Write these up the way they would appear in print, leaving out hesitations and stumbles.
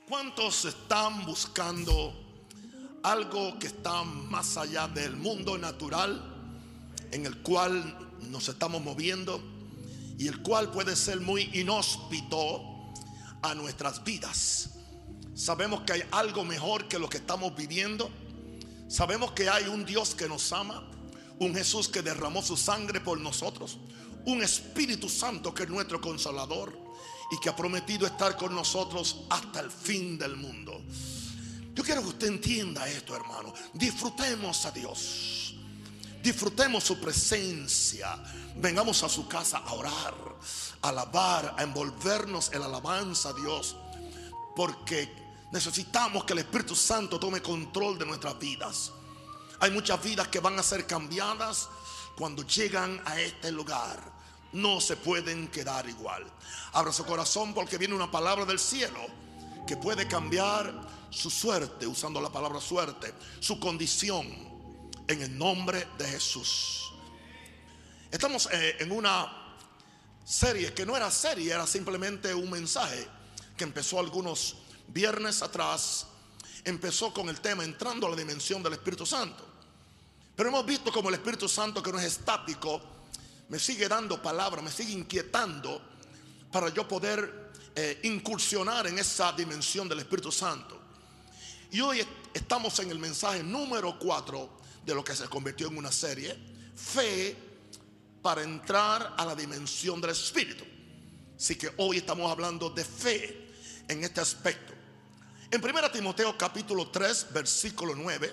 ¿Cuántos están buscando algo que está más allá del mundo natural en el cual nos estamos moviendo y el cual puede ser muy inhóspito a nuestras vidas? Sabemos que hay algo mejor que lo que estamos viviendo. Sabemos que hay un Dios que nos ama, un Jesús que derramó su sangre por nosotros, un Espíritu Santo que es nuestro consolador y que ha prometido estar con nosotros hasta el fin del mundo. Yo quiero que usted entienda esto, hermano. Disfrutemos a Dios, disfrutemos su presencia. Vengamos a su casa a orar, a alabar, a envolvernos en la alabanza a Dios, porque necesitamos que el Espíritu Santo tome control de nuestras vidas. Hay muchas vidas que van a ser cambiadas cuando llegan a este lugar. No se pueden quedar igual. Abra su corazón, porque viene una palabra del cielo que puede cambiar su suerte, usando la palabra suerte, su condición, en el nombre de Jesús. Estamos en una serie que no era serie, era simplemente un mensaje que empezó algunos viernes atrás. Empezó con el tema entrando a la dimensión del Espíritu Santo. Pero hemos visto como el Espíritu Santo, que no es estático, me sigue dando palabra, me sigue inquietando para yo poder incursionar en esa dimensión del Espíritu Santo. Y hoy estamos en el mensaje número 4 de lo que se convirtió en una serie: fe para entrar a la dimensión del Espíritu. Así que hoy estamos hablando de fe en este aspecto. En 1 Timoteo capítulo 3 versículo 9,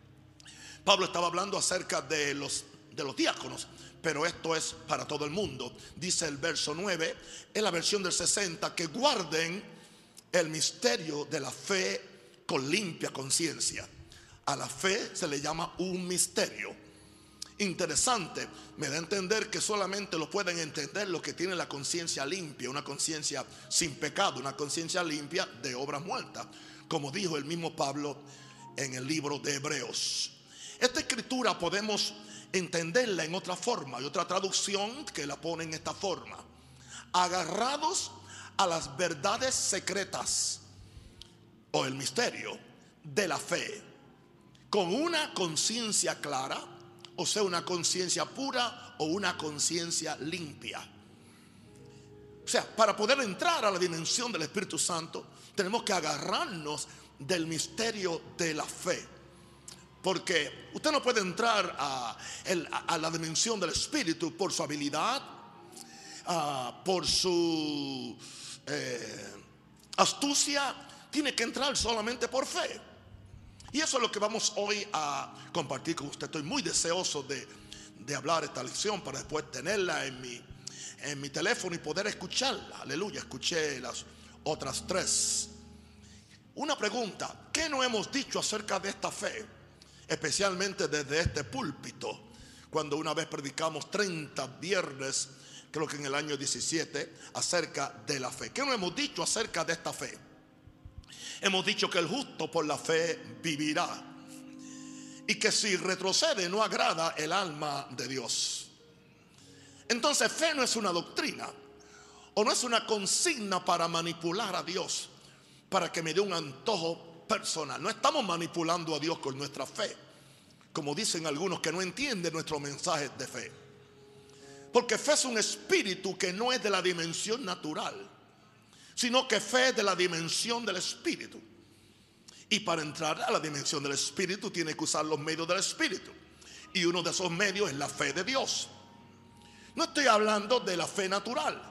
Pablo estaba hablando acerca de los diáconos, pero esto es para todo el mundo. Dice el verso 9, en la versión del 60, que guarden el misterio de la fe con limpia conciencia. A la fe se le llama un misterio. Interesante, me da a entender que solamente lo pueden entender los que tienen la conciencia limpia, una conciencia sin pecado, una conciencia limpia de obras muertas, como dijo el mismo Pablo en el libro de Hebreos. Esta escritura podemos entenderla en otra forma. Hay otra traducción que la pone en esta forma: agarrados a las verdades secretas o el misterio de la fe, con una conciencia clara, o sea, una conciencia pura o una conciencia limpia. O sea, para poder entrar a la dimensión del Espíritu Santo, tenemos que agarrarnos del misterio de la fe. Porque usted no puede entrar a la dimensión del Espíritu por su habilidad, por su astucia. Tiene que entrar solamente por fe. Y eso es lo que vamos hoy a compartir con usted. Estoy muy deseoso de hablar esta lección para después tenerla en mi teléfono y poder escucharla. Aleluya, escuché las otras 3. Una pregunta: ¿qué no hemos dicho acerca de esta fe? Especialmente desde este púlpito, cuando una vez predicamos 30 viernes, creo que en el año 17, acerca de la fe. ¿Qué no hemos dicho acerca de esta fe? Hemos dicho que el justo por la fe vivirá, y que si retrocede no agrada el alma de Dios. Entonces, fe no es una doctrina o no es una consigna para manipular a Dios, para que me dé un antojo personal. No estamos manipulando a Dios con nuestra fe, como dicen algunos que no entienden nuestro mensaje de fe. Porque fe es un espíritu que no es de la dimensión natural, sino que fe es de la dimensión del Espíritu. Y para entrar a la dimensión del Espíritu tiene que usar los medios del Espíritu, y uno de esos medios es la fe de Dios. No estoy hablando de la fe natural,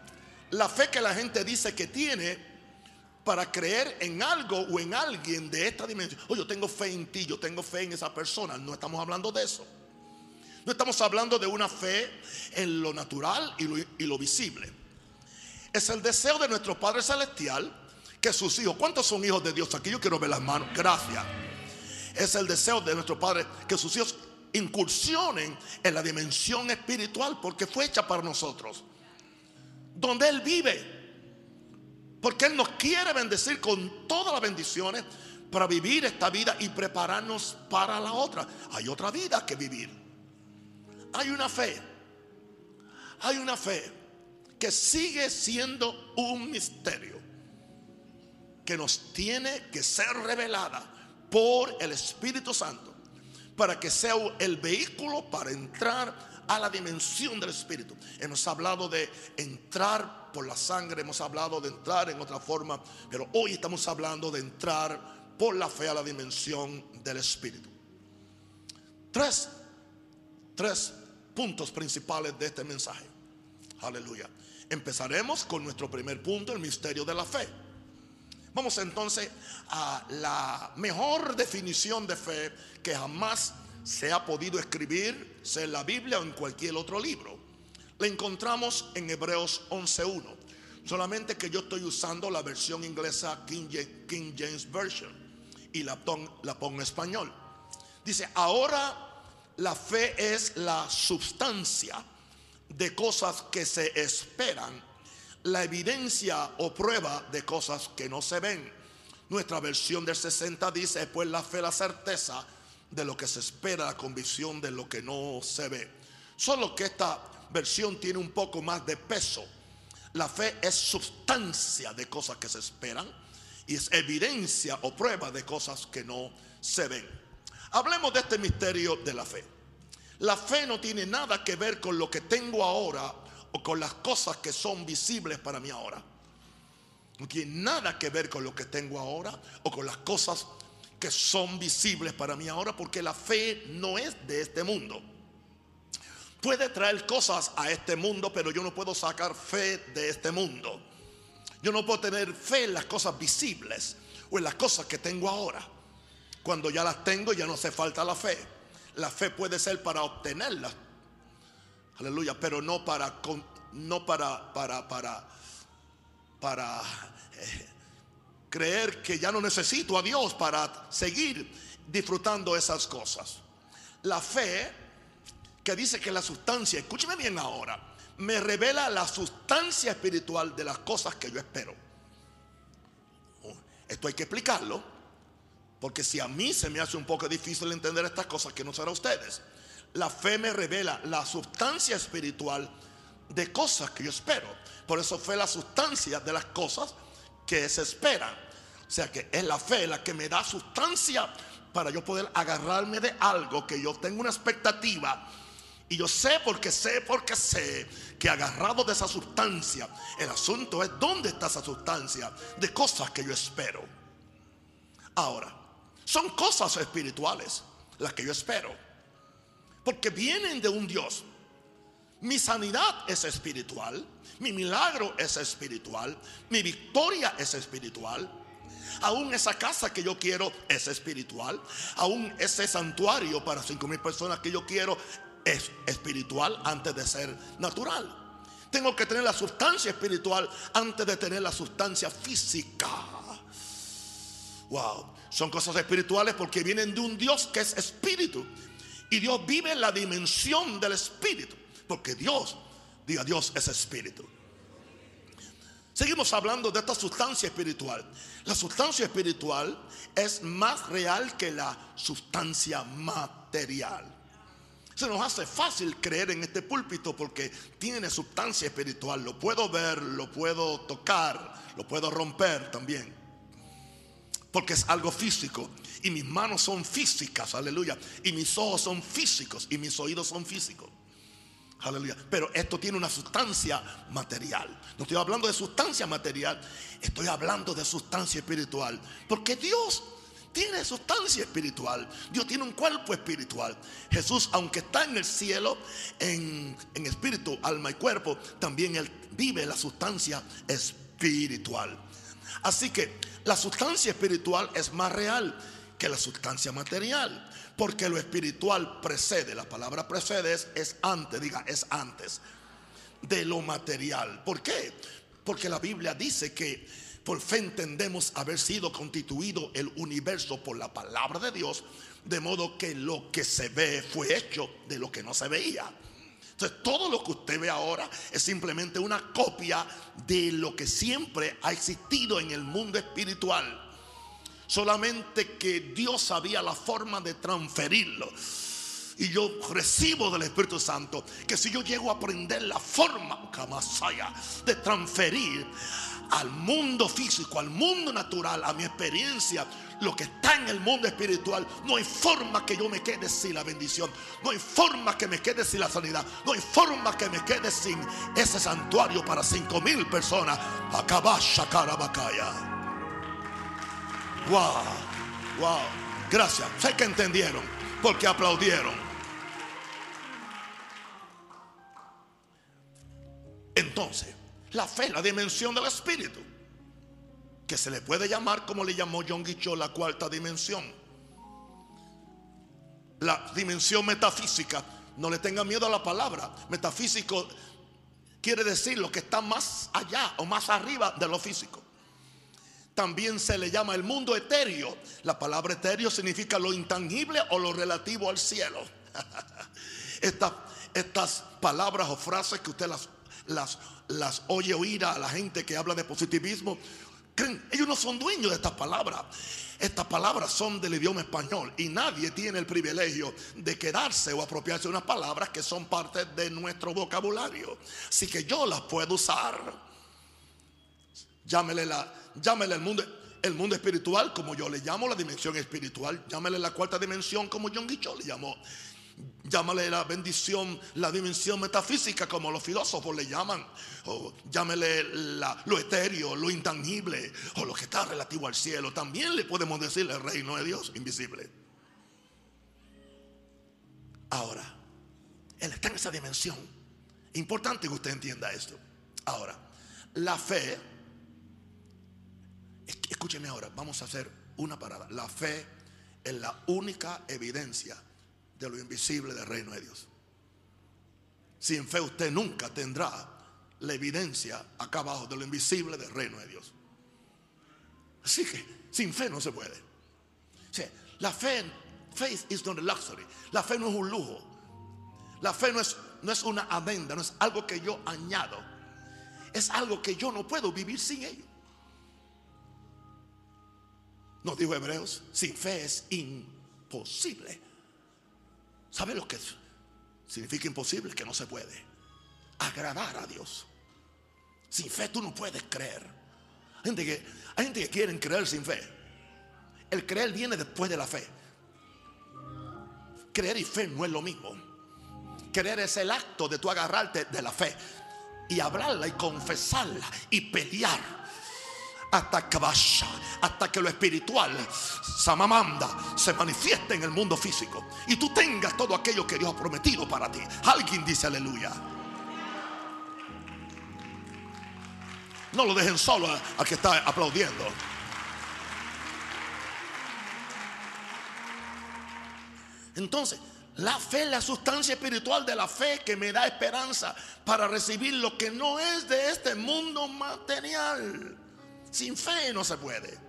la fe que la gente dice que tiene para creer en algo o en alguien de esta dimensión. Oh, yo tengo fe en ti, yo tengo fe en esa persona. No estamos hablando de eso. No estamos hablando de una fe en lo natural y lo visible. Es el deseo de nuestro Padre Celestial que sus hijos, ¿cuántos son hijos de Dios aquí? Yo quiero ver las manos, gracias. Es el deseo de nuestro Padre que sus hijos incursionen en la dimensión espiritual, porque fue hecha para nosotros, donde Él vive. Porque Él nos quiere bendecir con todas las bendiciones para vivir esta vida y prepararnos para la otra. Hay otra vida que vivir. Hay una fe que sigue siendo un misterio. que nos tiene que ser revelada por el Espíritu Santo, para que sea el vehículo para entrar a la dimensión del Espíritu. Hemos hablado de entrar por la sangre, hemos hablado de entrar en otra forma, pero hoy estamos hablando de entrar por la fe a la dimensión del Espíritu. Tres puntos principales de este mensaje. Aleluya. Empezaremos con nuestro primer punto, el misterio de la fe. Vamos entonces a la mejor definición de fe que jamás se ha podido escribir, sea en la Biblia o en cualquier otro libro. La encontramos en Hebreos 11:1. Solamente que yo estoy usando la versión inglesa King James Version y la pongo en español. Dice: ahora la fe es la substancia de cosas que se esperan, la evidencia o prueba de cosas que no se ven. Nuestra versión del 60 dice: pues la fe, la certeza de lo que se espera, la convicción de lo que no se ve. Solo que esta versión tiene un poco más de peso. La fe es sustancia de cosas que se esperan y es evidencia o prueba de cosas que no se ven. Hablemos de este misterio de la fe. La fe no tiene nada que ver con lo que tengo ahora o con las cosas que son visibles para mí ahora. No tiene nada que ver con lo que tengo ahora o con las cosas que son visibles para mí ahora, porque la fe no es de este mundo. Puede traer cosas a este mundo, pero yo no puedo sacar fe de este mundo. Yo no puedo tener fe en las cosas visibles o en las cosas que tengo ahora. Cuando ya las tengo, ya no hace falta la fe. La fe puede ser para obtenerlas, aleluya, pero no para creer que ya no necesito a Dios para seguir disfrutando esas cosas. La fe, que dice que la sustancia, escúcheme bien ahora, me revela la sustancia espiritual de las cosas que yo espero. Esto hay que explicarlo, porque si a mí se me hace un poco difícil entender estas cosas, que no será a ustedes. La fe me revela la sustancia espiritual de cosas que yo espero. Por eso fue la sustancia de las cosas que se esperan. O sea que es la fe la que me da sustancia para yo poder agarrarme de algo que yo tengo una expectativa. Y yo sé porque sé que agarrado de esa sustancia, el asunto es dónde está esa sustancia de cosas que yo espero. Ahora, son cosas espirituales las que yo espero, porque vienen de un Dios. Mi sanidad es espiritual, mi milagro es espiritual, mi victoria es espiritual. Aún esa casa que yo quiero es espiritual. Aún ese santuario para 5,000 personas que yo quiero es espiritual antes de ser natural. Tengo que tener la sustancia espiritual antes de tener la sustancia física. Wow, son cosas espirituales porque vienen de un Dios que es espíritu. Y Dios vive en la dimensión del espíritu, porque Dios, diga, Dios es espíritu. Seguimos hablando de esta sustancia espiritual. La sustancia espiritual es más real que la sustancia material. Se nos hace fácil creer en este púlpito porque tiene sustancia espiritual. Lo puedo ver, lo puedo tocar, lo puedo romper también, porque es algo físico. Y mis manos son físicas, aleluya. Y mis ojos son físicos y mis oídos son físicos, aleluya. Pero esto tiene una sustancia material. No estoy hablando de sustancia material, estoy hablando de sustancia espiritual, porque Dios tiene sustancia espiritual. Dios tiene un cuerpo espiritual. Jesús, aunque está en el cielo en espíritu, alma y cuerpo, también Él vive la sustancia espiritual. Así que la sustancia espiritual es más real que la sustancia material, porque lo espiritual precede. La palabra precede es antes, diga, es antes de lo material. ¿Por qué? Porque la Biblia dice que por fe entendemos haber sido constituido el universo por la palabra de Dios, de modo que lo que se ve fue hecho de lo que no se veía. Entonces todo lo que usted ve ahora es simplemente una copia de lo que siempre ha existido en el mundo espiritual. Solamente que Dios sabía la forma de transferirlo. y yo recibo del Espíritu Santo, que si yo llego a aprender la forma de transferir al mundo físico, al mundo natural, a mi experiencia, lo que está en el mundo espiritual, no hay forma que yo me quede sin la bendición, no hay forma que me quede sin la sanidad, no hay forma que me quede sin ese santuario para 5,000 personas. Akabasha Karabakaya. Wow, wow, gracias. Sé que entendieron porque aplaudieron. Entonces, la fe, la dimensión del espíritu, que se le puede llamar, como le llamó John Guichot, la cuarta dimensión. La dimensión metafísica. No le tenga miedo a la palabra. Metafísico quiere decir lo que está más allá o más arriba de lo físico. También se le llama el mundo etéreo. La palabra etéreo significa lo intangible o lo relativo al cielo. Estas palabras o frases que usted las oye oír a la gente que habla de positivismo, ellos no son dueños de estas palabras. Estas palabras son del idioma español y nadie tiene el privilegio de quedarse o apropiarse de unas palabras que son parte de nuestro vocabulario. Así que yo las puedo usar. Llámele el mundo espiritual, como yo le llamo la dimensión espiritual. Llámele la cuarta dimensión, como John Guichot le llamó. Llámale la bendición, la dimensión metafísica, como los filósofos le llaman. O llámele lo etéreo, lo intangible, o lo que está relativo al cielo. También le podemos decir el reino de Dios invisible. Ahora, Él está en esa dimensión. Importante que usted entienda esto. Ahora, la fe, escúcheme ahora, vamos a hacer una parada. La fe es la única evidencia de lo invisible del reino de Dios. Sin fe usted nunca tendrá la evidencia acá abajo de lo invisible del reino de Dios. Así que sin fe no se puede. O sea, la fe, faith is not a luxury. La fe no es un lujo. La fe no es una adenda, no es algo que yo añado. Es algo que yo no puedo vivir sin ello. Nos dijo Hebreos, sin fe es imposible. ¿Sabe lo que significa imposible? Que no se puede agradar a Dios. Sin fe tú no puedes creer. Hay gente que quiere creer sin fe. El creer viene después de la fe. Creer y fe no es lo mismo. Creer es el acto de tú agarrarte de la fe y hablarla y confesarla y pelear hasta que lo espiritual, Samamanda, se manifieste en el mundo físico y tú tengas todo aquello que Dios ha prometido para ti. Alguien dice aleluya. No lo dejen solo al que está aplaudiendo. Entonces, la fe es la sustancia espiritual de la fe que me da esperanza para recibir lo que no es de este mundo material. Sin fe no se puede.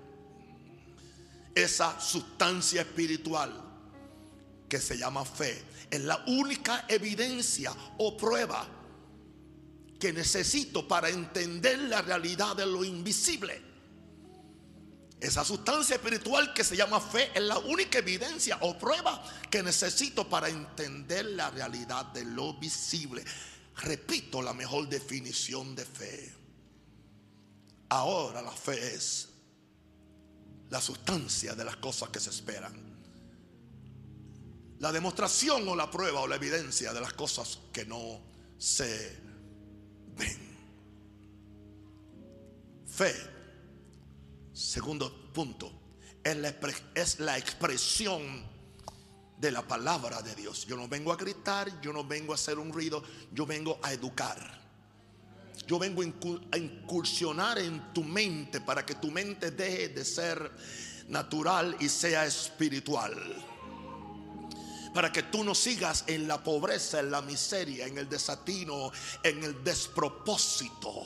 Esa sustancia espiritual que se llama fe es la única evidencia o prueba que necesito para entender la realidad de lo invisible. Esa sustancia espiritual que se llama fe es la única evidencia o prueba que necesito para entender la realidad de lo visible. Repito la mejor definición de fe. Ahora la fe es la sustancia de las cosas que se esperan, la demostración o la prueba o la evidencia de las cosas que no se ven. Fe, segundo punto, es la expresión de la palabra de Dios. Yo no vengo a gritar, yo no vengo a hacer un ruido, yo vengo a educar. Yo vengo a incursionar en tu mente para que tu mente deje de ser natural y sea espiritual. Para que tú no sigas en la pobreza, en la miseria, en el desatino, en el despropósito.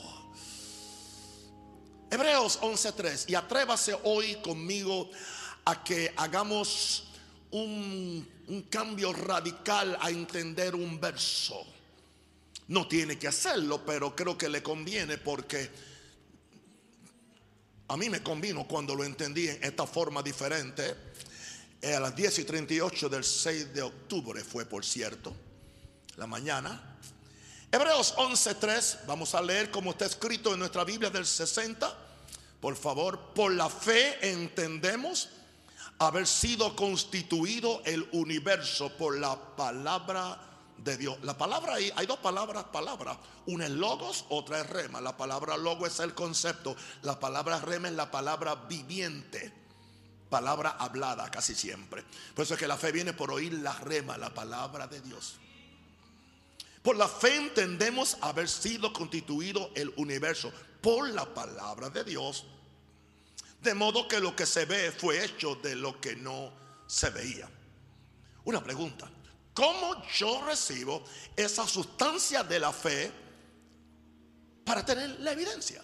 Hebreos 11:3. Y atrévase hoy conmigo a que hagamos un cambio radical a entender un verso. No tiene que hacerlo, pero creo que le conviene, porque a mí me convino cuando lo entendí en esta forma diferente. A las 10:38 del 6 de octubre fue, por cierto, la mañana. Hebreos 11:3, vamos a leer como está escrito en nuestra Biblia del 60. Por favor, por la fe entendemos haber sido constituido el universo por la palabra de Dios. La palabra ahí, hay dos palabras, una es logos, otra es rema. La palabra logos es el concepto, la palabra rema es la palabra viviente, palabra hablada casi siempre. Por eso es que la fe viene por oír la rema, la palabra de Dios. Por la fe entendemos haber sido constituido el universo por la palabra de Dios, de modo que lo que se ve fue hecho de lo que no se veía. Una pregunta: ¿cómo yo recibo esa sustancia de la fe para tener la evidencia?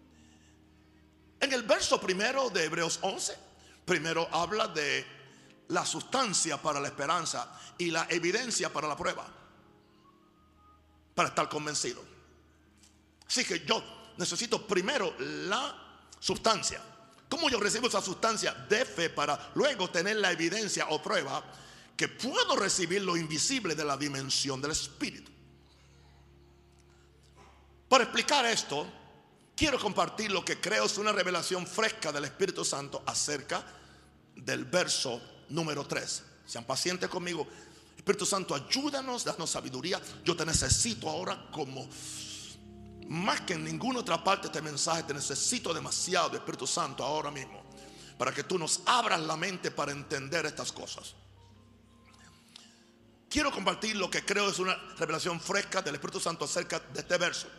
En el verso primero de Hebreos 11, primero habla de la sustancia para la esperanza y la evidencia para la prueba, para estar convencido. Así que yo necesito primero la sustancia. ¿Cómo yo recibo esa sustancia de fe para luego tener la evidencia o prueba que puedo recibir lo invisible de la dimensión del Espíritu? Para explicar esto, quiero compartir lo que creo es una revelación fresca del Espíritu Santo acerca del verso número 3. Sean pacientes conmigo. Espíritu Santo, ayúdanos, danos sabiduría. Yo te necesito ahora como más que en ninguna otra parte de este mensaje. Te necesito demasiado, Espíritu Santo, ahora mismo, para que tú nos abras la mente para entender estas cosas. Quiero compartir lo que creo es una revelación fresca del Espíritu Santo acerca de este verso.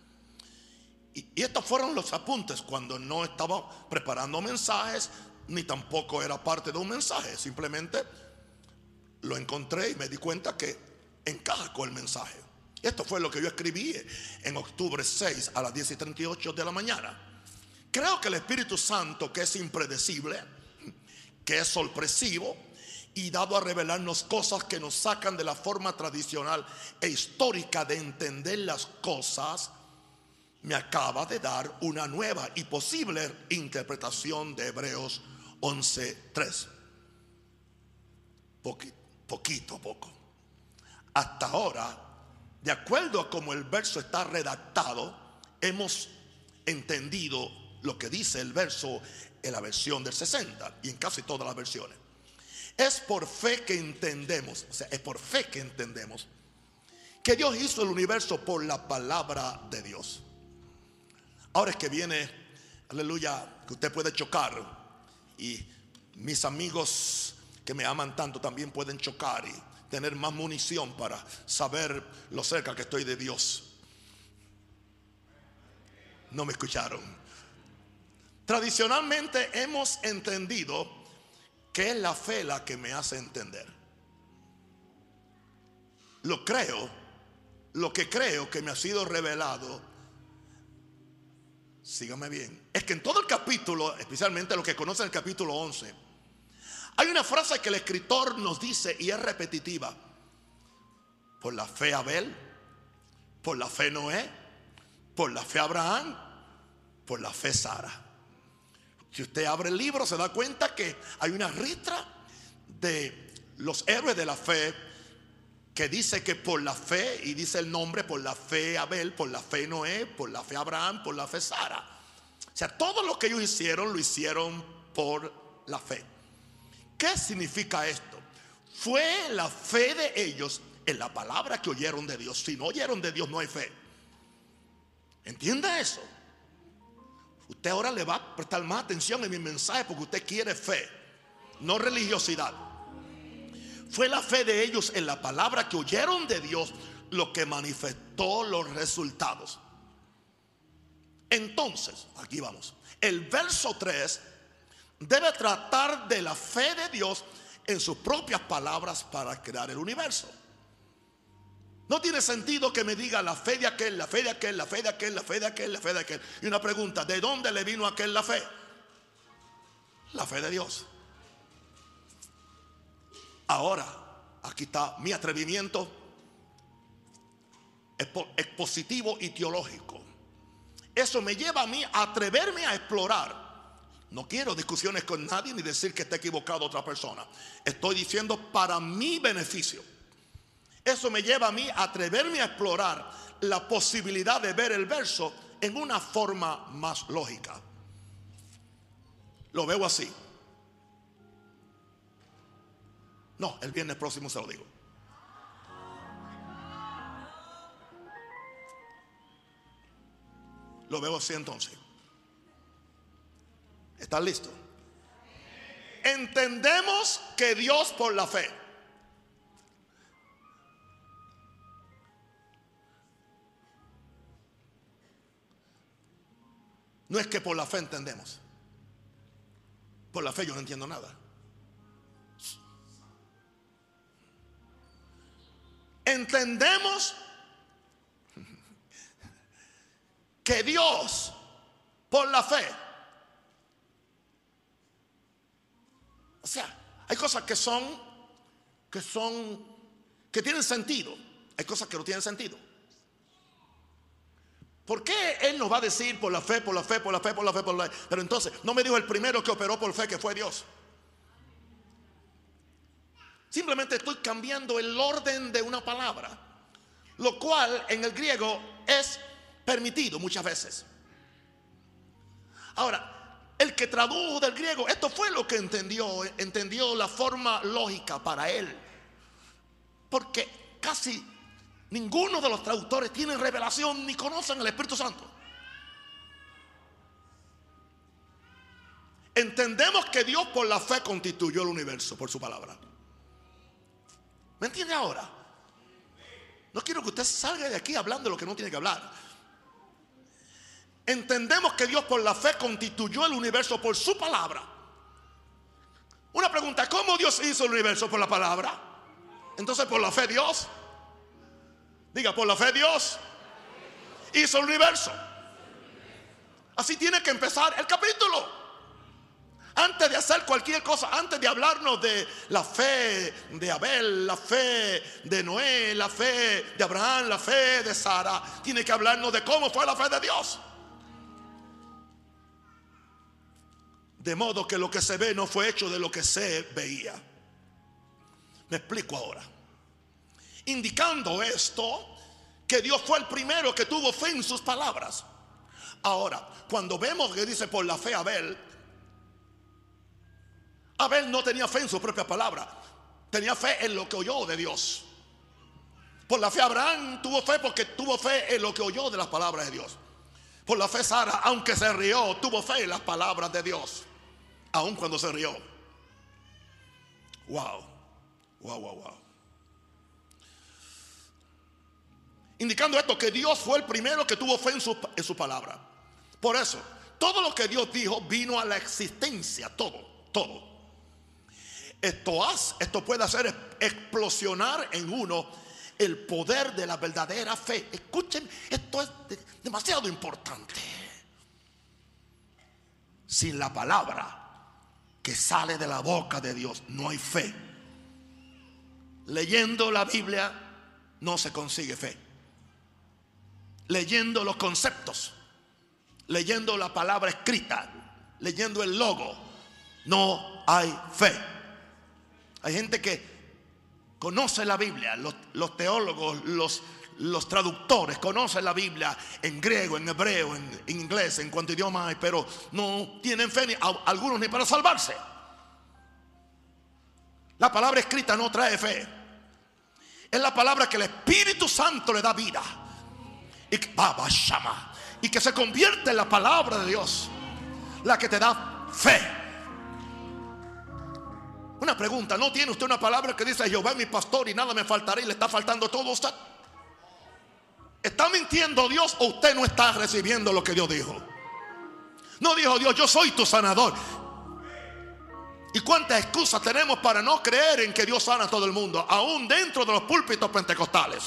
Y estos fueron los apuntes cuando no estaba preparando mensajes, ni tampoco era parte de un mensaje. Simplemente lo encontré y me di cuenta que encaja con el mensaje. Esto fue lo que yo escribí en octubre 6 a las 10:38 de la mañana. Creo que el Espíritu Santo, que es impredecible, que es sorpresivo y dado a revelarnos cosas que nos sacan de la forma tradicional e histórica de entender las cosas, me acaba de dar una nueva y posible interpretación de Hebreos 11:3. Poco. Hasta ahora, de acuerdo a cómo el verso está redactado, hemos entendido lo que dice el verso en la versión del 60 y en casi todas las versiones. Es por fe que entendemos, que Dios hizo el universo por la palabra de Dios. Ahora es que viene, aleluya, que usted puede chocar, y mis amigos que me aman tanto también pueden chocar y tener más munición para saber lo cerca que estoy de Dios. No me escucharon. Tradicionalmente hemos entendido que es la fe la que me hace entender. Lo que creo que me ha sido revelado, sígame bien, es que en todo el capítulo, especialmente lo que conocen el capítulo 11, hay una frase que el escritor nos dice y es repetitiva: por la fe Abel, por la fe Noé, por la fe Abraham, por la fe Sara. Si usted abre el libro se da cuenta que hay una ristra de los héroes de la fe que dice que por la fe, y dice el nombre, por la fe Abel, por la fe Noé, por la fe Abraham, por la fe Sara. O sea, todo lo que ellos hicieron lo hicieron por la fe. ¿Qué significa esto? Fue la fe de ellos en la palabra que oyeron de Dios. Si no oyeron de Dios, no hay fe. ¿Entiende eso? Usted ahora le va a prestar más atención en mi mensaje porque usted quiere fe, no religiosidad. Fue la fe de ellos en la palabra que oyeron de Dios lo que manifestó los resultados. Entonces, aquí vamos. El verso 3 debe tratar de la fe de Dios en sus propias palabras para crear el universo. No tiene sentido que me diga la fe de aquel, la fe de aquel, la fe de aquel, la fe de aquel, la fe de aquel. Y una pregunta: ¿de dónde le vino a aquel la fe? La fe de Dios. Ahora, aquí está mi atrevimiento expositivo y teológico. Eso me lleva a mí a atreverme a explorar No quiero discusiones con nadie ni decir que está equivocado otra persona. Estoy diciendo para mi beneficio. Eso me lleva a mí a atreverme a explorar la posibilidad de ver el verso en una forma más lógica. Lo veo así. No, el viernes próximo se lo digo. Lo veo así entonces. ¿Estás listo? Entendemos que Dios por la fe. No es que por la fe entendemos. Por la fe yo no entiendo nada. Entendemos que Dios por la fe, o sea, hay cosas que tienen sentido, hay cosas que no tienen sentido. ¿Por qué Él nos va a decir por la fe, por la fe, por la fe, por la fe, por la fe? Pero entonces no me dijo el primero que operó por fe, que fue Dios. Simplemente estoy cambiando el orden de una palabra, lo cual en el griego es permitido muchas veces. Ahora, el que tradujo del griego, esto fue lo que entendió la forma lógica para él, porque casi ninguno de los traductores tiene revelación ni conocen el Espíritu Santo. Entendemos que Dios por la fe constituyó el universo por su palabra. ¿Me entiende ahora? No quiero que usted salga de aquí hablando de lo que no tiene que hablar. Entendemos que Dios por la fe constituyó el universo por su palabra. Una pregunta: ¿cómo Dios hizo el universo? Por la palabra. Entonces por la fe Dios, diga, por la fe Dios hizo el universo. Así tiene que empezar el capítulo. Antes de hacer cualquier cosa, antes de hablarnos de la fe de Abel, la fe de Noé, la fe de Abraham, la fe de Sara, tiene que hablarnos de cómo fue la fe de Dios. De modo que lo que se ve no fue hecho de lo que se veía. Me explico ahora. Indicando esto, que Dios fue el primero que tuvo fe en sus palabras. Ahora, cuando vemos que dice por la fe Abel no tenía fe en su propia palabra, tenía fe en lo que oyó de Dios. Por la fe Abraham tuvo fe porque tuvo fe en lo que oyó de las palabras de Dios. Por la fe Sara, aunque se rió, tuvo fe en las palabras de Dios, aun cuando se rió. Wow. Indicando esto, que Dios fue el primero que tuvo fe en su palabra. Por eso, todo lo que Dios dijo vino a la existencia, todo. Esto puede hacer explosionar en uno el poder de la verdadera fe. Escuchen, esto es demasiado importante. Sin la palabra que sale de la boca de Dios no hay fe. Leyendo la Biblia no se consigue fe. Leyendo los conceptos, leyendo la palabra escrita, leyendo el logo, no hay fe. Hay gente que conoce la Biblia, los teólogos, los traductores conocen la Biblia en griego, en hebreo, en inglés, en cuanto idioma hay, pero no tienen fe, algunos ni para salvarse. La palabra escrita no trae fe. Es la palabra que el Espíritu Santo le da vida y que se convierte en la palabra de Dios, la que te da fe. Una pregunta: ¿no tiene usted una palabra que dice Jehová es mi pastor y nada me faltará, y le está faltando todo a usted? ¿Está mintiendo Dios o usted no está recibiendo lo que Dios dijo? No dijo Dios: yo soy tu sanador. ¿Y cuántas excusas tenemos para no creer en que Dios sana a todo el mundo, aún dentro de los púlpitos pentecostales?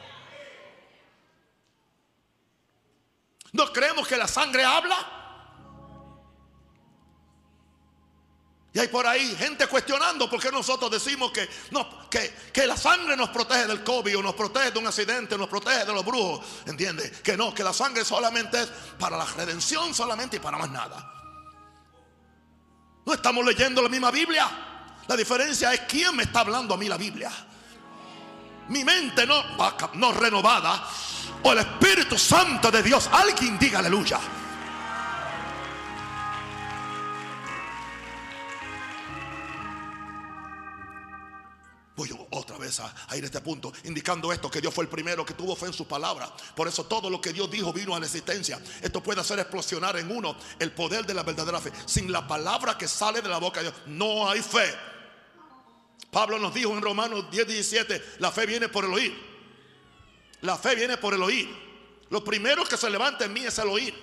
¿No creemos que la sangre habla? Y hay por ahí gente cuestionando por qué nosotros decimos que la sangre nos protege del COVID, o nos protege de un accidente, nos protege de los brujos. ¿Entiende? Que no, que la sangre solamente es para la redención solamente y para más nada. No estamos leyendo la misma Biblia. La diferencia es quién me está hablando a mí la Biblia. Mi mente no renovada o el Espíritu Santo de Dios. Alguien diga aleluya. Voy otra vez a ir a este punto, indicando esto, que Dios fue el primero que tuvo fe en su palabra. Por eso todo lo que Dios dijo vino a la existencia. Esto puede hacer explosionar en uno el poder de la verdadera fe. Sin la palabra que sale de la boca de Dios no hay fe. Pablo nos dijo en Romanos 10:17, la fe viene por el oír. La fe viene por el oír. Lo primero que se levanta en mí es el oír.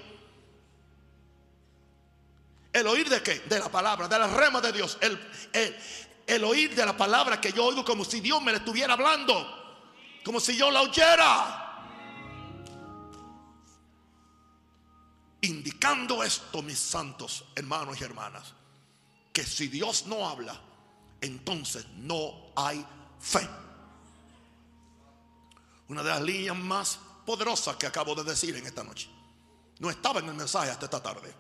¿El oír de qué? De la palabra, de la rema de Dios. El oír de la palabra que yo oigo como si Dios me la estuviera hablando, como si yo la oyera. Indicando esto, mis santos hermanos y hermanas, que si Dios no habla, entonces no hay fe. Una de las líneas más poderosas que acabo de decir en esta noche no estaba en el mensaje hasta esta tarde.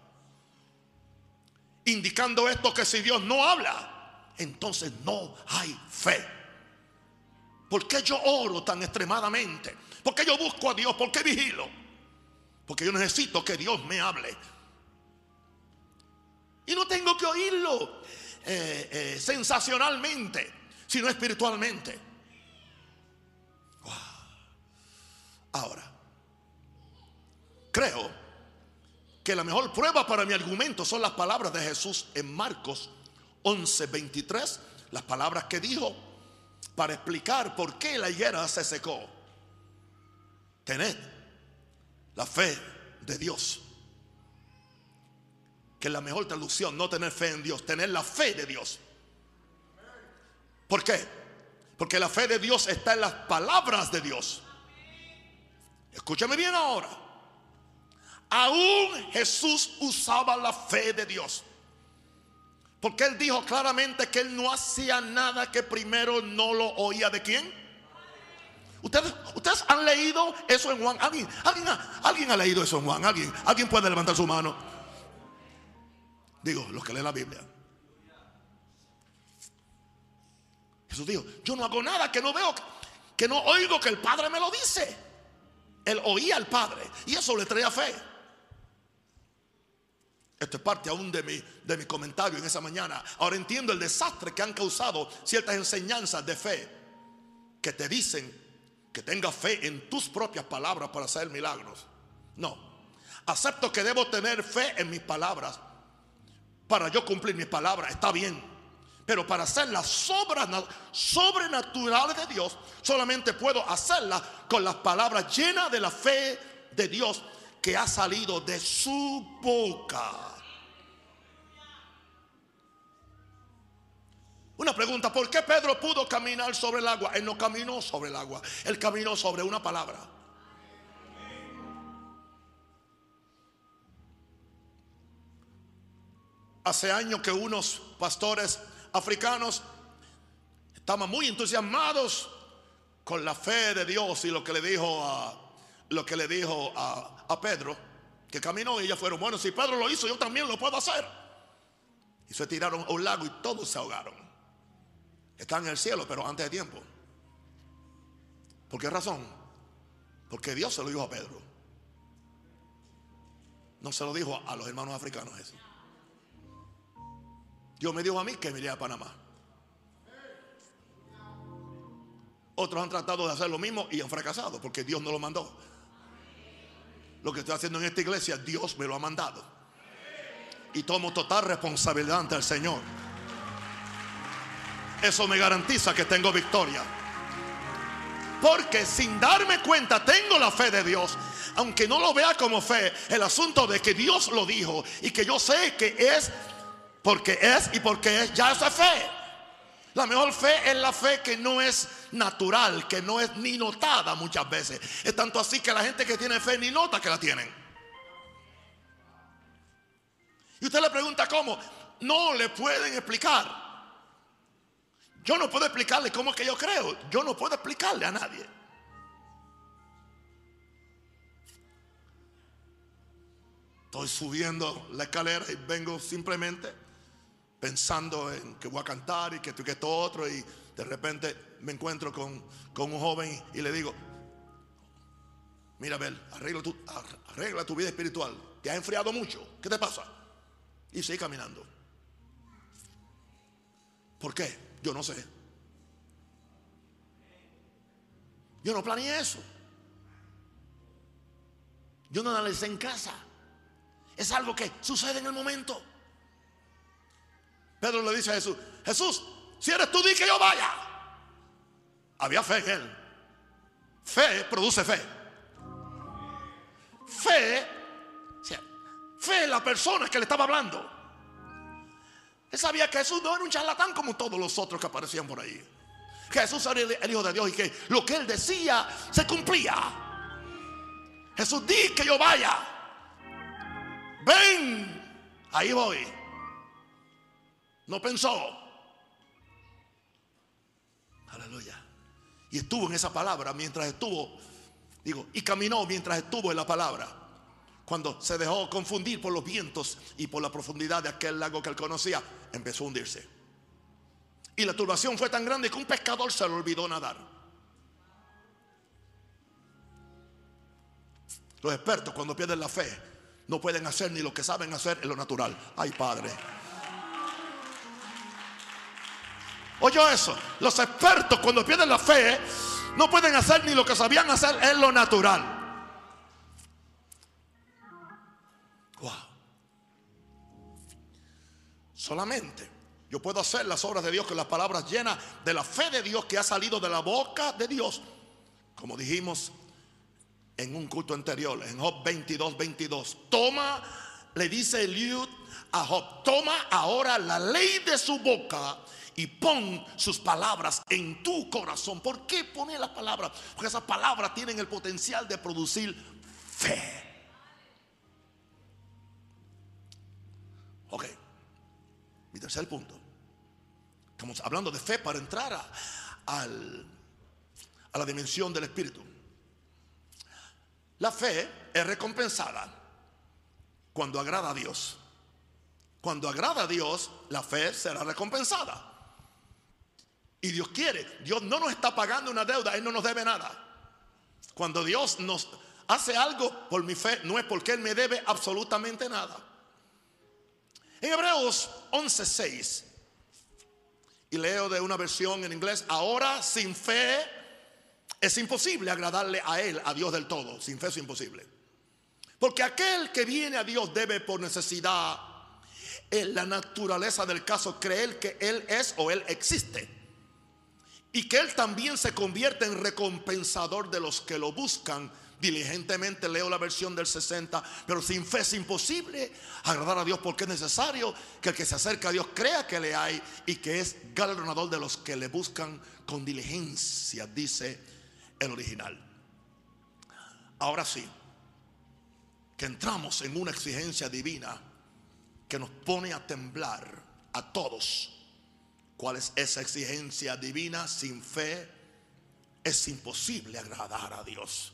Indicando esto, que si Dios no habla, entonces no hay fe. ¿Por qué yo oro tan extremadamente? ¿Por qué yo busco a Dios? ¿Por qué vigilo? Porque yo necesito que Dios me hable. Y no tengo que oírlo sensacionalmente, sino espiritualmente. Wow. Ahora, creo que la mejor prueba para mi argumento son las palabras de Jesús en Marcos 11:23, las palabras que dijo para explicar por qué la higuera se secó. Tened la fe de Dios, que es la mejor traducción. No tener fe en Dios, tener la fe de Dios. ¿Por qué? Porque la fe de Dios está en las palabras de Dios. Escúchame bien ahora. Aún Jesús usaba la fe de Dios, porque Él dijo claramente que Él no hacía nada que primero no lo oía de quién. ¿Ustedes han leído eso en Juan? ¿Alguien ha leído eso en Juan? ¿Alguien puede levantar su mano? Digo, los que leen la Biblia. Jesús dijo: yo no hago nada que no veo, que no oigo que el Padre me lo dice. Él oía al Padre y eso le traía fe. Esto es parte aún de mi comentario en esa mañana. Ahora entiendo el desastre que han causado ciertas enseñanzas de fe que te dicen que tengas fe en tus propias palabras para hacer milagros. No, acepto que debo tener fe en mis palabras para yo cumplir mis palabras, está bien. Pero para hacer las obras sobrenaturales de Dios, solamente puedo hacerlas con las palabras llenas de la fe de Dios que ha salido de su boca. Una pregunta: ¿por qué Pedro pudo caminar sobre el agua? Él no caminó sobre el agua, él caminó sobre una palabra. Hace años que unos pastores africanos estaban muy entusiasmados con la fe de Dios y lo que le dijo a Pedro, que caminó, y ellos fueron: bueno, si Pedro lo hizo, yo también lo puedo hacer. Y se tiraron a un lago y todos se ahogaron. Están en el cielo, pero antes de tiempo. ¿Por qué razón? Porque Dios se lo dijo a Pedro, no se lo dijo a los hermanos africanos eso. Dios me dijo a mí que me iría a Panamá. Otros han tratado de hacer lo mismo y han fracasado porque Dios no lo mandó. Lo que estoy haciendo en esta iglesia, Dios me lo ha mandado, y tomo total responsabilidad ante el Señor. Eso me garantiza que tengo victoria, porque sin darme cuenta tengo la fe de Dios, aunque no lo vea como fe. El asunto de que Dios lo dijo y que yo sé que es porque es, y porque es, ya esa es fe. La mejor fe es la fe que no es natural, que no es ni notada muchas veces. Es tanto así que la gente que tiene fe ni nota que la tienen. Y usted le pregunta cómo. No le pueden explicar. Yo no puedo explicarle cómo es que yo creo. Yo no puedo explicarle a nadie. Estoy subiendo la escalera y vengo simplemente pensando en que voy a cantar y que esto y que esto otro, y de repente me encuentro con un joven y le digo: mira, Abel, arregla tu vida espiritual, te has enfriado mucho, ¿qué te pasa? Y sigue caminando. ¿Por qué? Yo no sé. Yo no planeé eso. Yo no analicé en casa. Es algo que sucede en el momento. Pedro le dice a Jesús: Jesús, si eres tú, di que yo vaya. Había fe en él. Fe produce fe. Fe es la persona que le estaba hablando. Él sabía que Jesús no era un charlatán como todos los otros que aparecían por ahí. Que Jesús era el Hijo de Dios y que lo que él decía se cumplía. Jesús, di que yo vaya. Ven, ahí voy. No pensó. Aleluya. Y estuvo en esa palabra mientras estuvo, y caminó mientras estuvo en la palabra. Cuando se dejó confundir por los vientos y por la profundidad de aquel lago que él conocía, empezó a hundirse. Y la turbación fue tan grande que un pescador se le olvidó nadar. Los expertos, cuando pierden la fe, no pueden hacer ni lo que saben hacer en lo natural. Ay, Padre. Oye eso, los expertos cuando pierden la fe no pueden hacer ni lo que sabían hacer en lo natural. Wow. Solamente yo puedo hacer las obras de Dios con las palabras llenas de la fe de Dios que ha salido de la boca de Dios. Como dijimos en un culto anterior, en Job 22:22. Toma, le dice Eliud a Job, toma ahora la ley de su boca y pon sus palabras en tu corazón. ¿Por qué pone las palabras? Porque esas palabras tienen el potencial de producir fe. Ok, mi tercer punto. Estamos hablando de fe para entrar a la dimensión del Espíritu. La fe es recompensada cuando agrada a Dios. Cuando agrada a Dios, la fe será recompensada. Y Dios quiere. Dios no nos está pagando una deuda. Él no nos debe nada. Cuando Dios nos hace algo por mi fe, no es porque Él me debe absolutamente nada. En Hebreos 11:6, y leo de una versión en inglés: ahora sin fe es imposible agradarle a Él, a Dios del todo. Sin fe es imposible. Porque aquel que viene a Dios debe por necesidad, en la naturaleza del caso, creer que Él es o Él existe. Y que Él también se convierte en recompensador de los que lo buscan diligentemente. Leo la versión del 60. Pero sin fe es imposible agradar a Dios, porque es necesario que el que se acerca a Dios crea que le hay y que es galardonador de los que le buscan con diligencia, dice el original. Ahora sí, que entramos en una exigencia divina que nos pone a temblar a todos. ¿Cuál es esa exigencia divina? Sin fe es imposible agradar a Dios.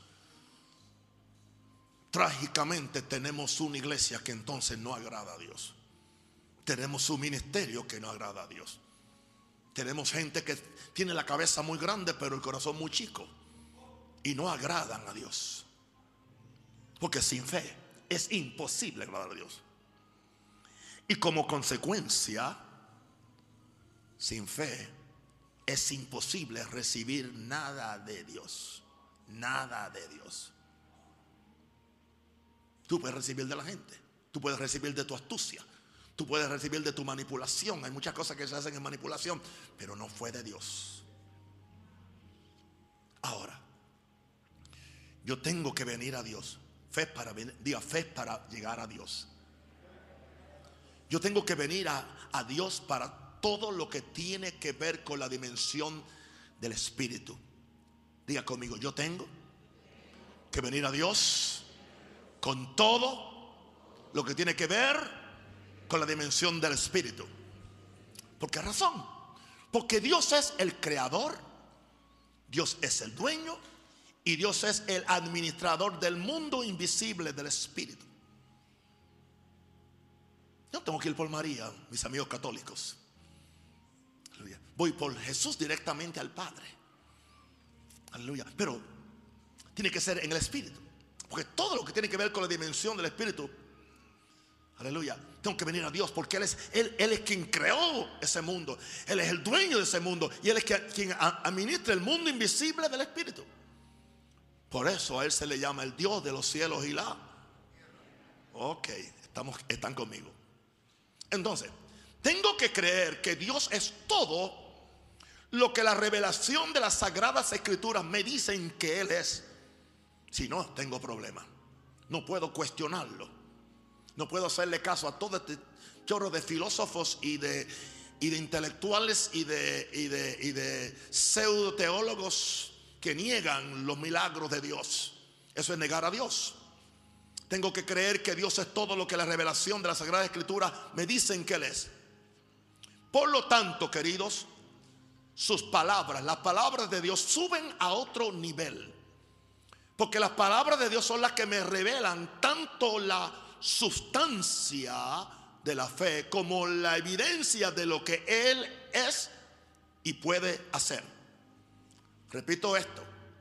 Trágicamente tenemos una iglesia que entonces no agrada a Dios. Tenemos un ministerio que no agrada a Dios. Tenemos gente que tiene la cabeza muy grande pero el corazón muy chico y no agradan a Dios. Porque sin fe es imposible agradar a Dios. Y como consecuencia, sin fe es imposible recibir nada de Dios. Nada de Dios. Tú puedes recibir de la gente, tú puedes recibir de tu astucia, tú puedes recibir de tu manipulación. Hay muchas cosas que se hacen en manipulación, pero no fue de Dios. Ahora, yo tengo que venir a Dios. Fe para venir, diga, fe para llegar a Dios. Yo tengo que venir a Dios para todo lo que tiene que ver con la dimensión del Espíritu. Diga conmigo, yo tengo que venir a Dios con todo lo que tiene que ver con la dimensión del Espíritu. ¿Por qué razón? Porque Dios es el creador, Dios es el dueño y Dios es el administrador del mundo invisible del Espíritu. Yo tengo que ir por María, mis amigos católicos. Aleluya. Voy por Jesús directamente al Padre. Aleluya. Pero tiene que ser en el Espíritu, porque todo lo que tiene que ver con la dimensión del Espíritu, aleluya, tengo que venir a Dios, porque Él es quien creó ese mundo. Él es el dueño de ese mundo, y Él es quien administra el mundo invisible del Espíritu. Por eso a Él se le llama el Dios de los cielos y la. Ok, están conmigo. Entonces, tengo que creer que Dios es todo lo que la revelación de las Sagradas Escrituras me dicen que Él es. Si no, tengo problema. No puedo cuestionarlo. No puedo hacerle caso a todo este chorro de filósofos y de intelectuales y de pseudo teólogos que niegan los milagros de Dios. Eso es negar a Dios. Tengo que creer que Dios es todo lo que la revelación de la Sagrada Escritura me dicen que Él es. Por lo tanto, queridos, sus palabras, las palabras de Dios suben a otro nivel, porque las palabras de Dios son las que me revelan tanto la sustancia de la fe como la evidencia de lo que Él es y puede hacer. Repito esto: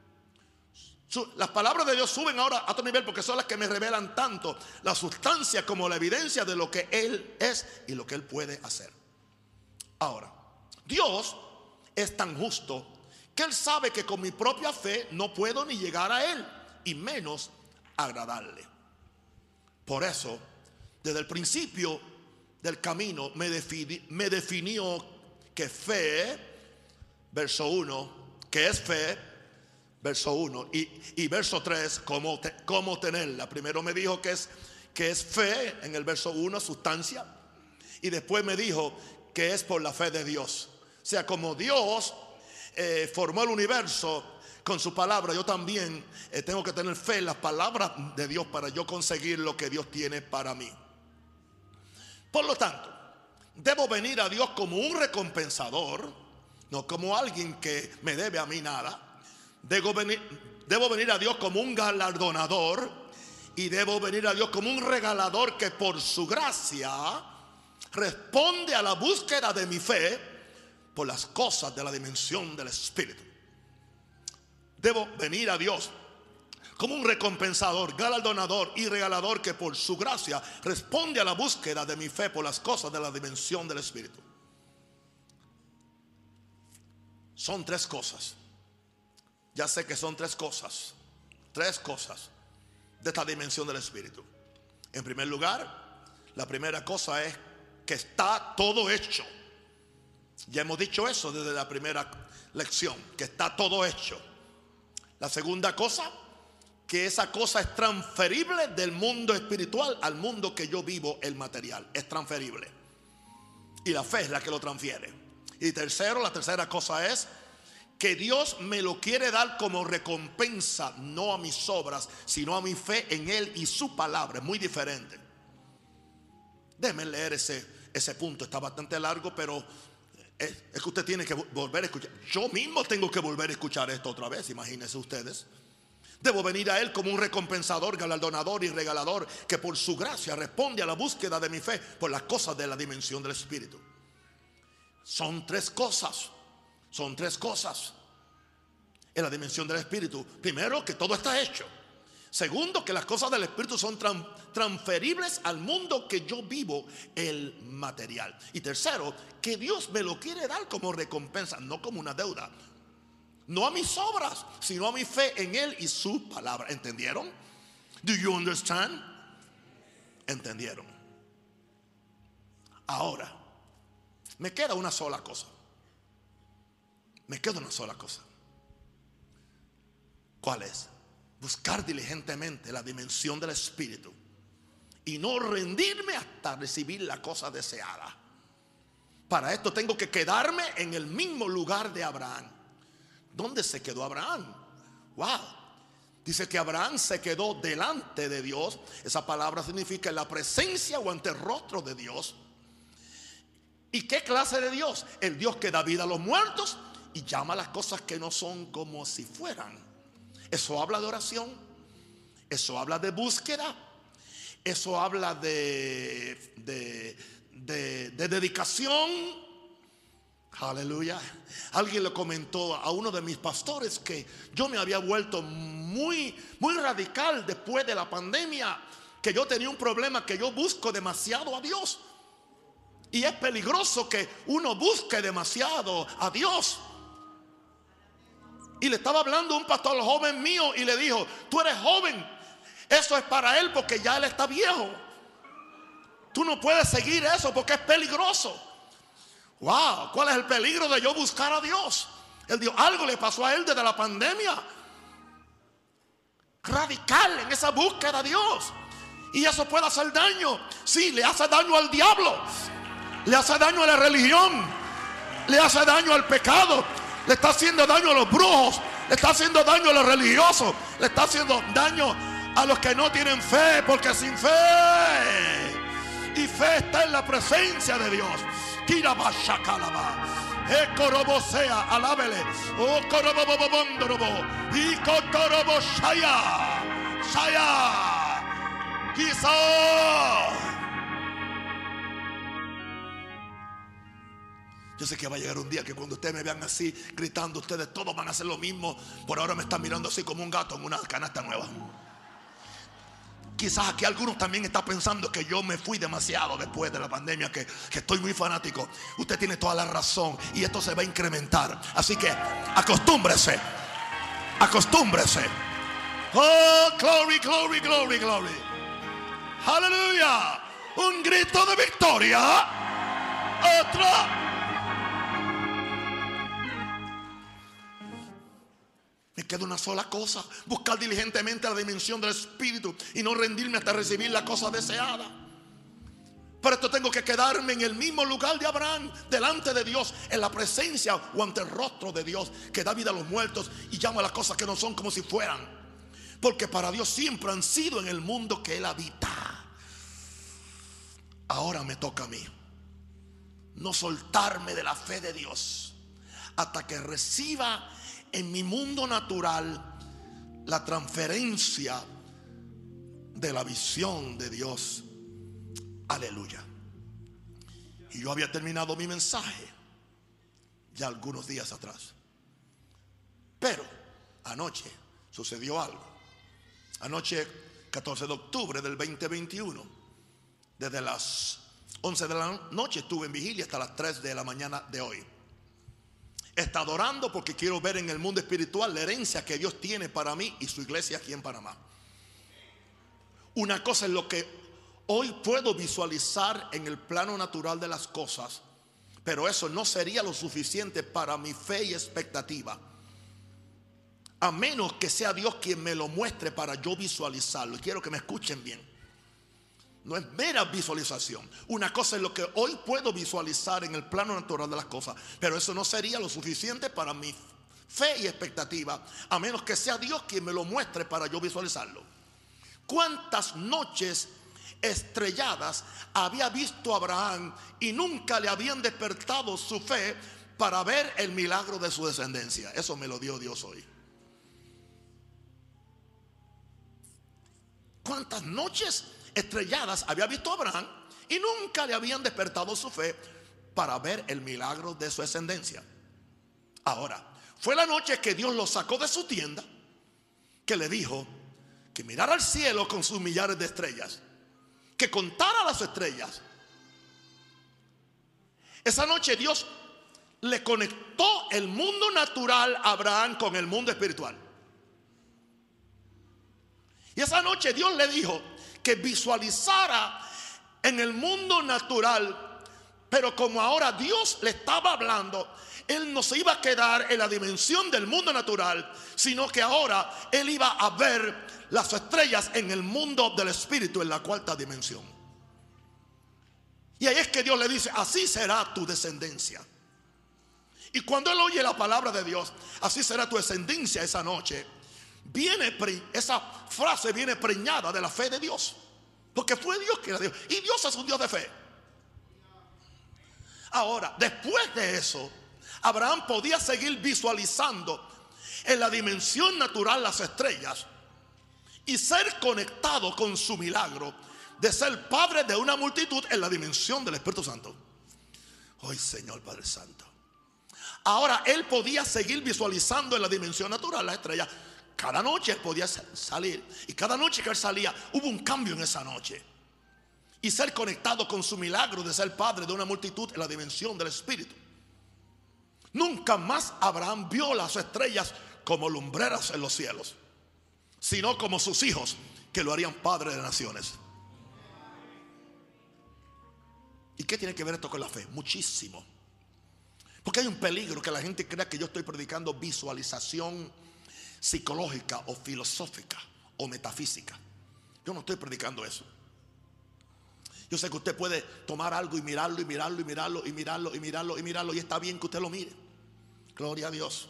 las palabras de Dios suben ahora a otro nivel, porque son las que me revelan tanto la sustancia como la evidencia de lo que Él es y lo que Él puede hacer. Ahora, Dios es tan justo que Él sabe que con mi propia fe no puedo ni llegar a Él, y menos agradarle. Por eso, desde el principio del camino me definió que fe, verso 1, que es fe, verso 1, y verso 3, cómo tenerla. Primero me dijo que es fe en el verso 1, sustancia, y después me dijo que es por la fe de Dios. O sea, como Dios formó el universo con su palabra, yo también tengo que tener fe en las palabras de Dios para yo conseguir lo que Dios tiene para mí. Por lo tanto, debo venir a Dios como un recompensador, no como alguien que me debe a mí nada. Debo venir a Dios como un galardonador, y debo venir a Dios como un regalador que por su gracia responde a la búsqueda de mi fe por las cosas de la dimensión del Espíritu. Debo venir a Dios como un recompensador, galardonador y regalador que por su gracia responde a la búsqueda de mi fe por las cosas de la dimensión del Espíritu. Son tres cosas. Ya sé que son tres cosas de esta dimensión del Espíritu. En primer lugar, la primera cosa es que está todo hecho. Ya hemos dicho eso desde la primera lección, que está todo hecho. La segunda cosa, que esa cosa es transferible del mundo espiritual al mundo que yo vivo, el material. Es transferible, y la fe es la que lo transfiere. Y tercero, la tercera cosa es que Dios me lo quiere dar como recompensa, no a mis obras, sino a mi fe en Él y su palabra. Es muy diferente. Déjenme leer ese punto. Está bastante largo, pero es que usted tiene que volver a escuchar. Yo mismo tengo que volver a escuchar esto otra vez. Imagínense ustedes. Debo venir a Él como un recompensador, galardonador y regalador que por su gracia responde a la búsqueda de mi fe por las cosas de la dimensión del Espíritu. Son tres cosas. Son tres cosas en la dimensión del Espíritu. Primero, que todo está hecho. Segundo, que las cosas del Espíritu son transferibles al mundo que yo vivo, el material. Y tercero, que Dios me lo quiere dar como recompensa, no como una deuda. No a mis obras, sino a mi fe en Él y su palabra. ¿Entendieron? Do you understand? ¿Entendieron? Ahora, me queda una sola cosa. ¿Cuál es? Buscar diligentemente la dimensión del Espíritu y no rendirme hasta recibir la cosa deseada. Para esto tengo que quedarme en el mismo lugar de Abraham. ¿Dónde se quedó Abraham? Wow. Dice que Abraham se quedó delante de Dios. Esa palabra significa en la presencia o ante el rostro de Dios. ¿Y qué clase de Dios? El Dios que da vida a los muertos y llama las cosas que no son como si fueran. Eso habla de oración. Eso habla de búsqueda. Eso habla de dedicación. Aleluya. Alguien le comentó a uno de mis pastores que yo me había vuelto muy radical después de la pandemia, que yo tenía un problema, que yo busco demasiado a Dios. Y es peligroso que uno busque demasiado a Dios. Y le estaba hablando un pastor joven mío y le dijo: tú eres joven, eso es para él porque ya él está viejo. Tú no puedes seguir eso porque es peligroso. Wow, ¿cuál es el peligro de yo buscar a Dios? Él dijo, algo le pasó a él desde la pandemia. Radical en esa búsqueda de Dios. Y eso puede hacer daño. Sí, le hace daño al diablo, le hace daño a la religión, le hace daño al pecado, le está haciendo daño a los brujos, le está haciendo daño a los religiosos, le está haciendo daño a los que no tienen fe. Porque sin fe, y fe está en la presencia de Dios. Tira bashakalaba, ecorobosea, alábele, o corobobobondorobo, y cotorobo shaya, quizá. Yo sé que va a llegar un día que cuando ustedes me vean así gritando, ustedes todos van a hacer lo mismo. Por ahora me están mirando así como un gato en una canasta nueva. Quizás aquí algunos también están pensando que yo me fui demasiado después de la pandemia, que estoy muy fanático. Usted tiene toda la razón y esto se va a incrementar. Así que acostúmbrese. Acostúmbrese. Oh, glory, glory, glory, glory. Aleluya. Un grito de victoria. Otro. Me queda una sola cosa: buscar diligentemente la dimensión del Espíritu y no rendirme hasta recibir la cosa deseada. Pero esto tengo que quedarme en el mismo lugar de Abraham, delante de Dios, en la presencia o ante el rostro de Dios, que da vida a los muertos y llama a las cosas que no son como si fueran. Porque para Dios siempre han sido en el mundo que Él habita. Ahora me toca a mí no soltarme de la fe de Dios hasta que reciba en mi mundo natural la transferencia de la visión de Dios. Aleluya. Y yo había terminado mi mensaje ya algunos días atrás, pero anoche sucedió algo. Anoche, 14 de octubre del 2021, desde las 11 de la noche estuve en vigilia hasta las 3 de la mañana de hoy. He estado orando porque quiero ver en el mundo espiritual la herencia que Dios tiene para mí y su iglesia aquí en Panamá. Una cosa es lo que hoy puedo visualizar en el plano natural de las cosas, pero eso no sería lo suficiente para mi fe y expectativa, a menos que sea Dios quien me lo muestre para yo visualizarlo. Y quiero que me escuchen bien. No es mera visualización. Una cosa es lo que hoy puedo visualizar en el plano natural de las cosas, pero eso no sería lo suficiente para mi fe y expectativa, a menos que sea Dios quien me lo muestre para yo visualizarlo. ¿Cuántas noches estrelladas había visto Abraham y nunca le habían despertado su fe para ver el milagro de su descendencia? Eso me lo dio Dios hoy. ¿Cuántas noches estrelladas había visto Abraham y nunca le habían despertado su fe para ver el milagro de su descendencia? Ahora, fue la noche que Dios lo sacó de su tienda, que le dijo que mirara al cielo con sus millares de estrellas, que contara las estrellas. Esa noche Dios le conectó el mundo natural a Abraham con el mundo espiritual. Y esa noche Dios le dijo que visualizara en el mundo natural, pero como ahora Dios le estaba hablando, él no se iba a quedar en la dimensión del mundo natural, sino que ahora él iba a ver las estrellas en el mundo del espíritu, en la cuarta dimensión. Y ahí es que Dios le dice: así será tu descendencia. Y cuando él oye la palabra de Dios, así será tu descendencia, esa noche, esa frase viene preñada de la fe de Dios, porque fue Dios que la dio, y Dios es un Dios de fe. Ahora, después de eso, Abraham podía seguir visualizando en la dimensión natural las estrellas y ser conectado con su milagro de ser padre de una multitud en la dimensión del Espíritu Santo. Hoy, Señor Padre Santo. Ahora él podía seguir visualizando en la dimensión natural las estrellas. Cada noche él podía salir, y cada noche que él salía hubo un cambio en esa noche, y ser conectado con su milagro de ser padre de una multitud en la dimensión del Espíritu. Nunca más Abraham vio las estrellas como lumbreras en los cielos, sino como sus hijos, que lo harían padre de naciones. ¿Y qué tiene que ver esto con la fe? Muchísimo. Porque hay un peligro que la gente crea que yo estoy predicando visualización psicológica o filosófica o metafísica. Yo no estoy predicando eso. Yo sé que usted puede tomar algo y mirarlo y mirarlo y mirarlo y mirarlo y mirarlo y mirarlo, y está bien que usted lo mire. Gloria a Dios.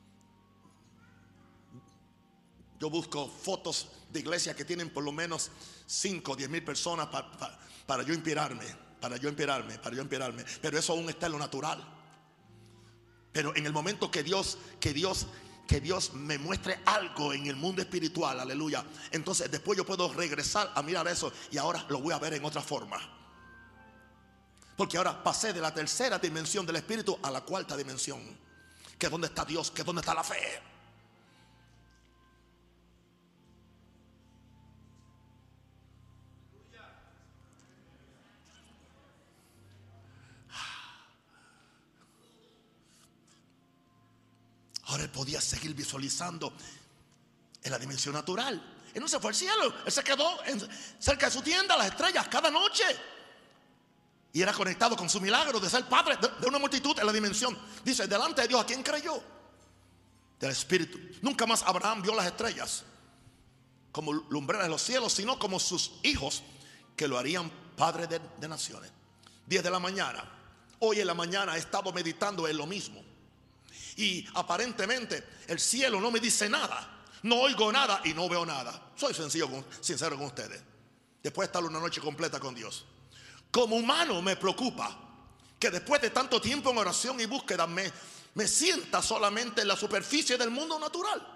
Yo busco fotos de iglesias que tienen por lo menos 5 o 10 mil personas para yo inspirarme. Para yo inspirarme. Pero eso aún está en lo natural. Pero en el momento que Dios me muestre algo en el mundo espiritual, aleluya, entonces después yo puedo regresar a mirar eso, y ahora lo voy a ver en otra forma. Porque ahora pasé de la tercera dimensión del espíritu a la cuarta dimensión, que es donde está Dios, que es donde está la fe. Ahora él podía seguir visualizando en la dimensión natural. Él no se fue al cielo, él se quedó cerca de su tienda, las estrellas, cada noche. Y era conectado con su milagro de ser padre de una multitud en la dimensión. Dice, delante de Dios, ¿a quién creyó? Del Espíritu. Nunca más Abraham vio las estrellas como lumbreras de los cielos, sino como sus hijos, que lo harían padre de naciones. 10 de la mañana. Hoy en la mañana he estado meditando en lo mismo. Y aparentemente el cielo no me dice nada. No oigo nada y no veo nada. Soy sincero con ustedes. Después de estar una noche completa con Dios, como humano me preocupa que después de tanto tiempo en oración y búsqueda me sienta solamente en la superficie del mundo natural.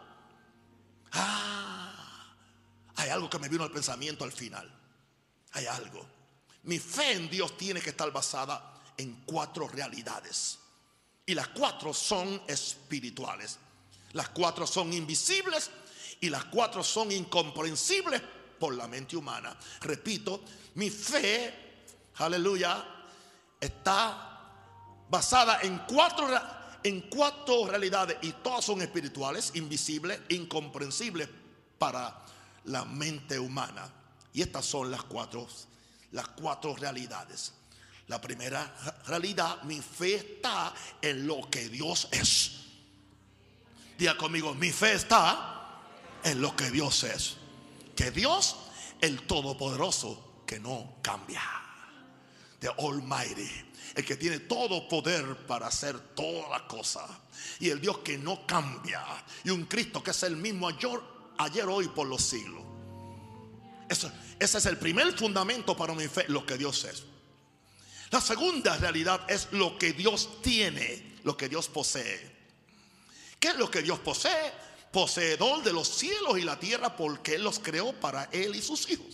Hay algo que me vino al pensamiento al final. Hay algo. Mi fe en Dios tiene que estar basada en 4 realidades. Y las 4 son espirituales. Las 4 son invisibles y las 4 son incomprensibles por la mente humana. Repito, mi fe, aleluya, está basada en 4 realidades, y todas son espirituales, invisibles, incomprensibles para la mente humana. Y estas son las 4 realidades. La primera realidad, mi fe está en lo que Dios es. Diga conmigo, mi fe está en lo que Dios es. Que Dios, el Todopoderoso, que no cambia. The Almighty, el que tiene todo poder para hacer todas las cosas. Y el Dios que no cambia. Y un Cristo que es el mismo ayer, hoy, por los siglos. Ese es el primer fundamento para mi fe, lo que Dios es. La segunda realidad es lo que Dios tiene, lo que Dios posee. ¿Qué es lo que Dios posee? Poseedor de los cielos y la tierra, porque Él los creó para Él y sus hijos.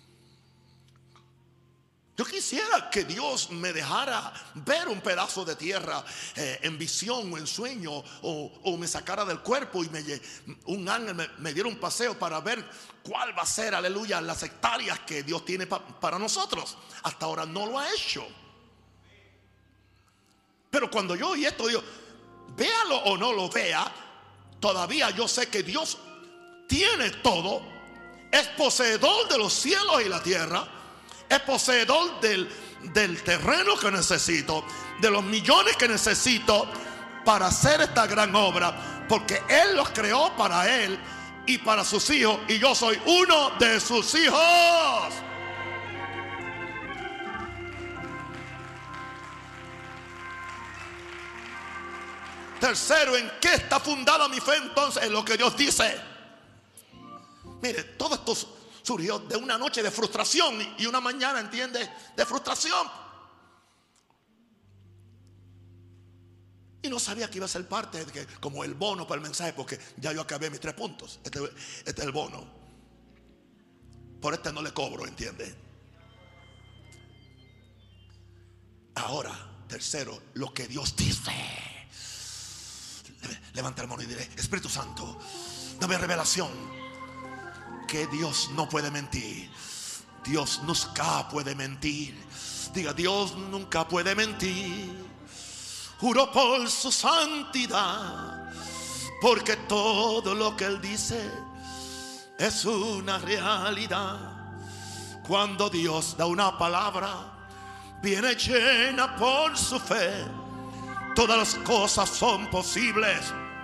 Yo quisiera que Dios me dejara ver un pedazo de tierra en visión o en sueño, o me sacara del cuerpo y un ángel me diera un paseo para ver cuál va a ser, aleluya, las hectáreas que Dios tiene para nosotros. Hasta ahora no lo ha hecho. Pero cuando yo oí esto, digo, véalo o no lo vea, todavía yo sé que Dios tiene todo. Es poseedor de los cielos y la tierra. Es poseedor del terreno que necesito, de los millones que necesito para hacer esta gran obra, porque Él los creó para Él y para sus hijos, y yo soy uno de sus hijos. Tercero, ¿en qué está fundada mi fe entonces? En lo que Dios dice. Mire, todo esto surgió de una noche de frustración y una mañana, ¿entiende?, de frustración. Y no sabía que iba a ser parte de como el bono para el mensaje, porque ya yo acabé mis 3 puntos. Este es el bono. Por este no le cobro, ¿entiende? Ahora, tercero, lo que Dios dice. Levanta la mano y diré: Espíritu Santo, dame revelación. Que Dios no puede mentir. Dios nunca puede mentir. Diga: Dios nunca puede mentir. Juro por su santidad, porque todo lo que Él dice es una realidad. Cuando Dios da una palabra, viene llena por su fe. Todas las cosas son posibles.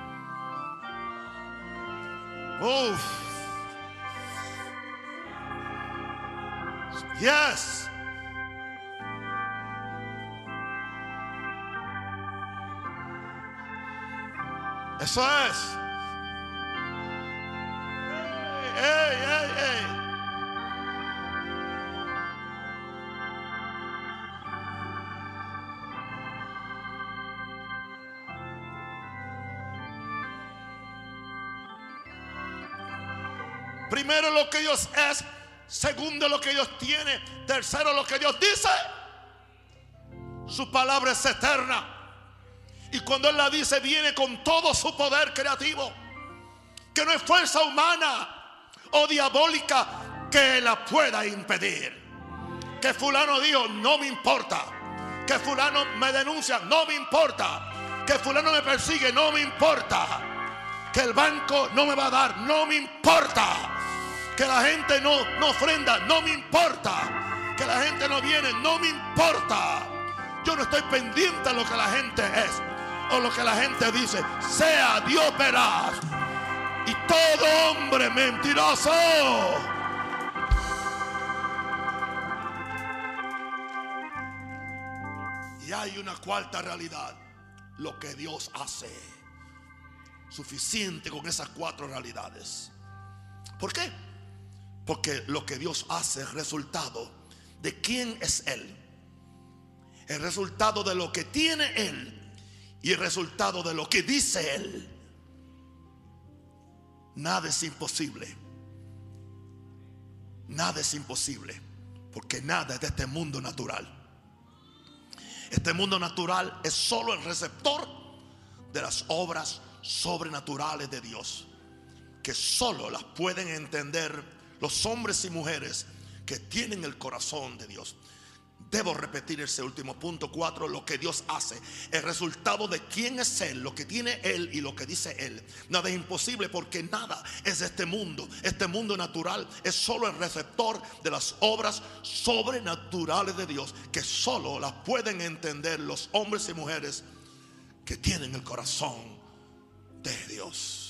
Uf. Yes. Eso es. Hey, hey, hey. Primero lo que Dios es, segundo lo que Dios tiene, tercero lo que Dios dice. Su palabra es eterna, y cuando Él la dice, viene con todo su poder creativo, que no es fuerza humana o diabólica que la pueda impedir. Que fulano dijo, no me importa. Que fulano me denuncia, no me importa. Que fulano me persigue, no me importa. Que el banco no me va a dar, no me importa. Que la gente no ofrenda, no me importa. Que la gente no viene, no me importa. Yo no estoy pendiente de lo que la gente es o lo que la gente dice. Sea Dios veraz y todo hombre mentiroso. Y hay una cuarta realidad: lo que Dios hace. Suficiente con esas cuatro realidades. ¿Por qué? Porque lo que Dios hace es resultado de quién es Él, el resultado de lo que tiene Él y el resultado de lo que dice Él. Nada es imposible. Nada es imposible, porque nada es de este mundo natural. Este mundo natural es solo el receptor de las obras sobrenaturales de Dios, que solo las pueden entender los hombres y mujeres que tienen el corazón de Dios. Debo repetir ese último punto 4. Lo que Dios hace, el resultado de quién es Él, lo que tiene Él y lo que dice Él. Nada es imposible, porque nada es de este mundo. Este mundo natural es solo el receptor de las obras sobrenaturales de Dios, que solo las pueden entender los hombres y mujeres que tienen el corazón de Dios.